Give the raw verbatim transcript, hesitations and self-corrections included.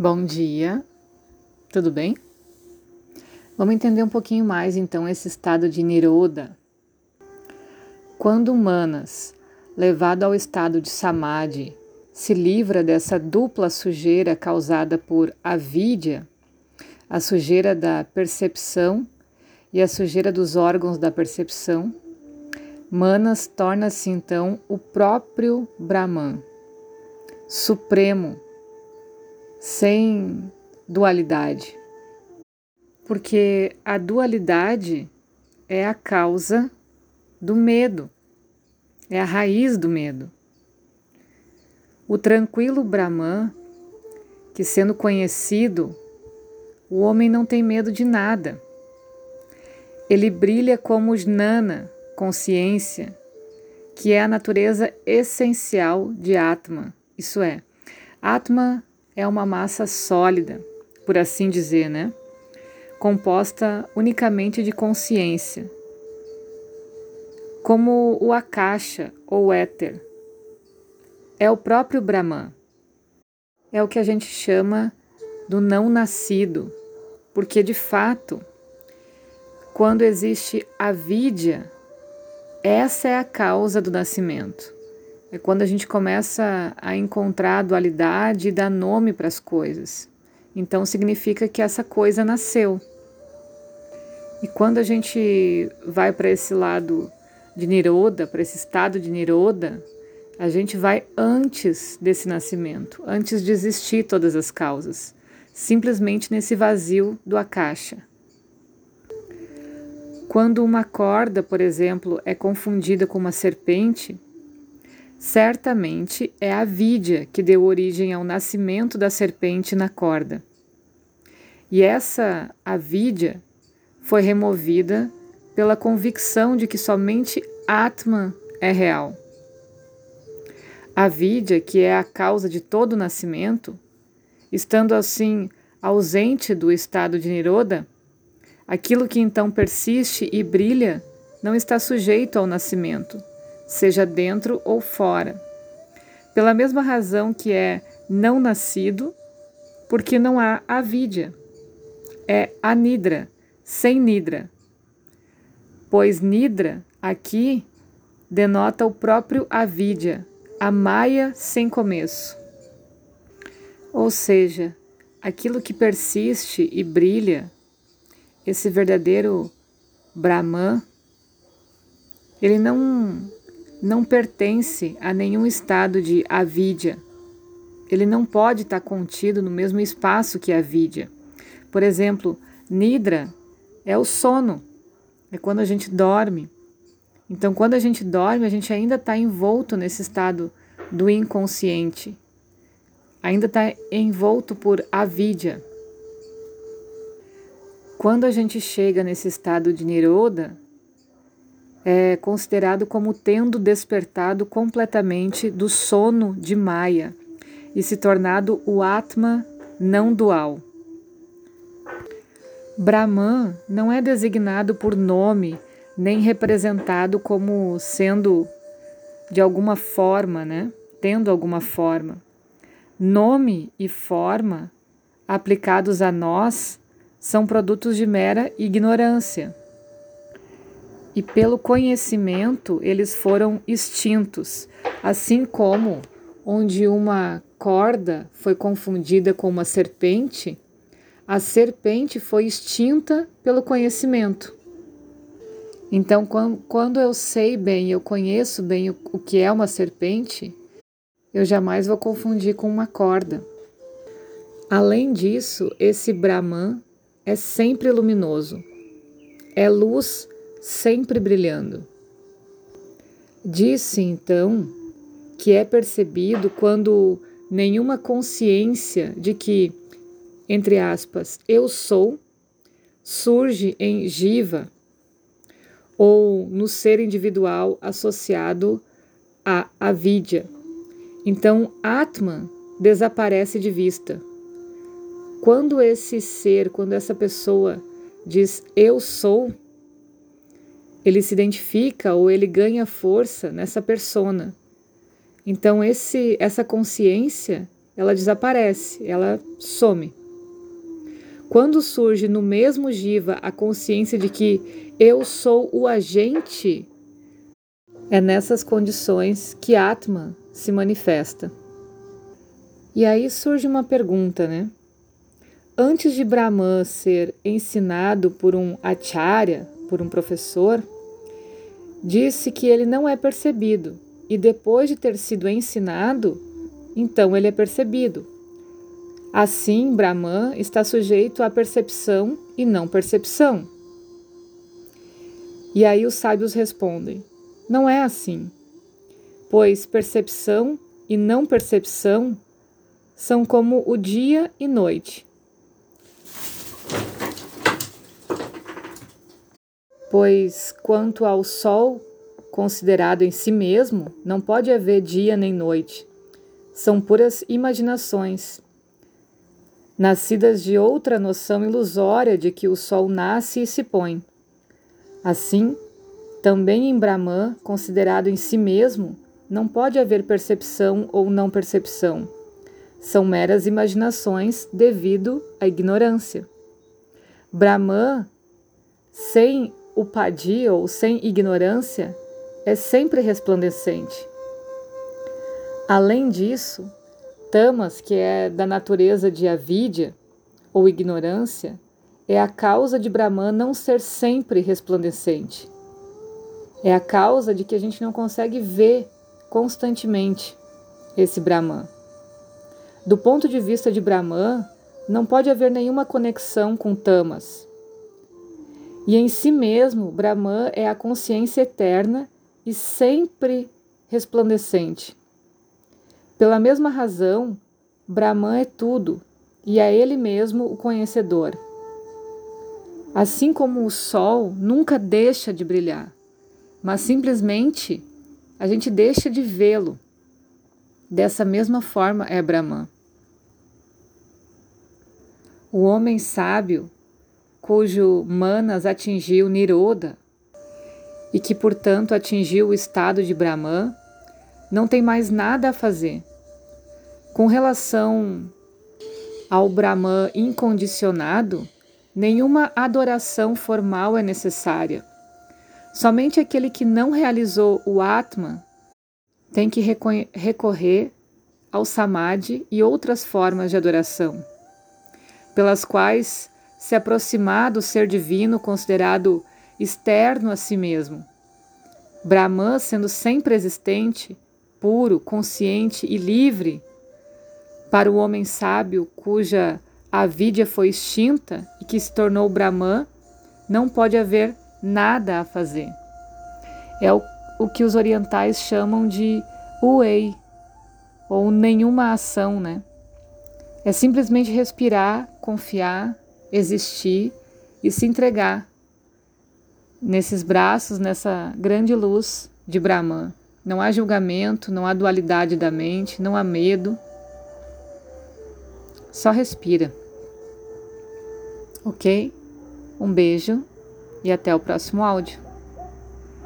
Bom dia, tudo bem? Vamos entender um pouquinho mais então esse estado de Niroda. Quando Manas, levado ao estado de Samadhi, se livra dessa dupla sujeira causada por avidya, a sujeira da percepção e a sujeira dos órgãos da percepção, Manas torna-se então o próprio Brahman, supremo, sem dualidade. Porque a dualidade é a causa do medo, é a raiz do medo. O tranquilo Brahman, que sendo conhecido, o homem não tem medo de nada. Ele brilha como jnana, consciência, que é a natureza essencial de Atma. Isso é, Atma é uma massa sólida, por assim dizer, né? Composta unicamente de consciência, como o Akasha ou éter. É o próprio Brahman. É o que a gente chama do não nascido, porque de fato, quando existe avidya, essa é a causa do nascimento. É quando a gente começa a encontrar a dualidade e dar nome para as coisas. Então significa que essa coisa nasceu. E quando a gente vai para esse lado de Niroda, para esse estado de Niroda, a gente vai antes desse nascimento, antes de existir todas as causas, simplesmente nesse vazio do Akasha. Quando uma corda, por exemplo, é confundida com uma serpente, certamente é a avidya que deu origem ao nascimento da serpente na corda. E essa avidya foi removida pela convicção de que somente Atman é real. A avidya, que é a causa de todo nascimento, estando assim ausente do estado de Niroda, aquilo que então persiste e brilha não está sujeito ao nascimento, seja dentro ou fora. Pela mesma razão que é não nascido, porque não há avidya. É anidra, sem nidra. Pois nidra, aqui, denota o próprio avidya, a maya sem começo. Ou seja, aquilo que persiste e brilha, esse verdadeiro Brahman, ele não, não pertence a nenhum estado de avidya. Ele não pode estar contido no mesmo espaço que a avidya. Por exemplo, nidra é o sono, é quando a gente dorme. Então, quando a gente dorme, a gente ainda está envolto nesse estado do inconsciente. Ainda está envolto por avidya. Quando a gente chega nesse estado de Niroda, é considerado como tendo despertado completamente do sono de Maya e se tornado o Atma não dual. Brahman não é designado por nome, nem representado como sendo de alguma forma, né? Tendo alguma forma. Nome e forma, aplicados a nós, são produtos de mera ignorância. E pelo conhecimento eles foram extintos, assim como onde uma corda foi confundida com uma serpente, a serpente foi extinta pelo conhecimento. Então, quando eu sei bem, eu conheço bem o que é uma serpente, eu jamais vou confundir com uma corda. Além disso, esse Brahman é sempre luminoso, é luz sempre brilhando. Diz-se, então, que é percebido quando nenhuma consciência de que, entre aspas, eu sou, surge em Jiva, ou no ser individual associado à avidya. Então, Atman desaparece de vista. Quando esse ser, quando essa pessoa diz eu sou, ele se identifica ou ele ganha força nessa persona. Então esse, essa consciência ela desaparece, ela some. Quando surge no mesmo jiva a consciência de que eu sou o agente, é nessas condições que Atman se manifesta. E aí surge uma pergunta, né? Antes de Brahman ser ensinado por um acharya, por um professor, disse que ele não é percebido, e depois de ter sido ensinado, então ele é percebido. Assim, Brahman está sujeito à percepção e não percepção. E aí os sábios respondem: não é assim, pois percepção e não percepção são como o dia e noite. Pois quanto ao sol, considerado em si mesmo, não pode haver dia nem noite. São puras imaginações, nascidas de outra noção ilusória de que o sol nasce e se põe. Assim, também em Brahman, considerado em si mesmo, não pode haver percepção ou não percepção. São meras imaginações devido à ignorância. Brahman, sem upadi ou sem ignorância, é sempre resplandecente. Além disso, tamas, que é da natureza de avidya ou ignorância, é a causa de Brahman não ser sempre resplandecente. É a causa de que a gente não consegue ver constantemente esse Brahman. Do ponto de vista de Brahman, não pode haver nenhuma conexão com tamas. E em si mesmo, Brahman é a consciência eterna e sempre resplandecente. Pela mesma razão, Brahman é tudo e é ele mesmo o conhecedor. Assim como o sol nunca deixa de brilhar, mas simplesmente a gente deixa de vê-lo. Dessa mesma forma é Brahman. O homem sábio, cujo manas atingiu Nirodha e que, portanto, atingiu o estado de Brahman, não tem mais nada a fazer. Com relação ao Brahman incondicionado, nenhuma adoração formal é necessária. Somente aquele que não realizou o Atman tem que recorrer ao Samadhi e outras formas de adoração, pelas quais se aproximar do ser divino considerado externo a si mesmo. Brahman, sendo sempre existente, puro, consciente e livre, para o homem sábio cuja avidya foi extinta e que se tornou Brahman, não pode haver nada a fazer. É o, o que os orientais chamam de uei, ou nenhuma ação, né? É simplesmente respirar, confiar, existir e se entregar nesses braços, nessa grande luz de Brahman. Não há julgamento, não há dualidade da mente, não há medo. Só respira. Ok? Um beijo e até o próximo áudio.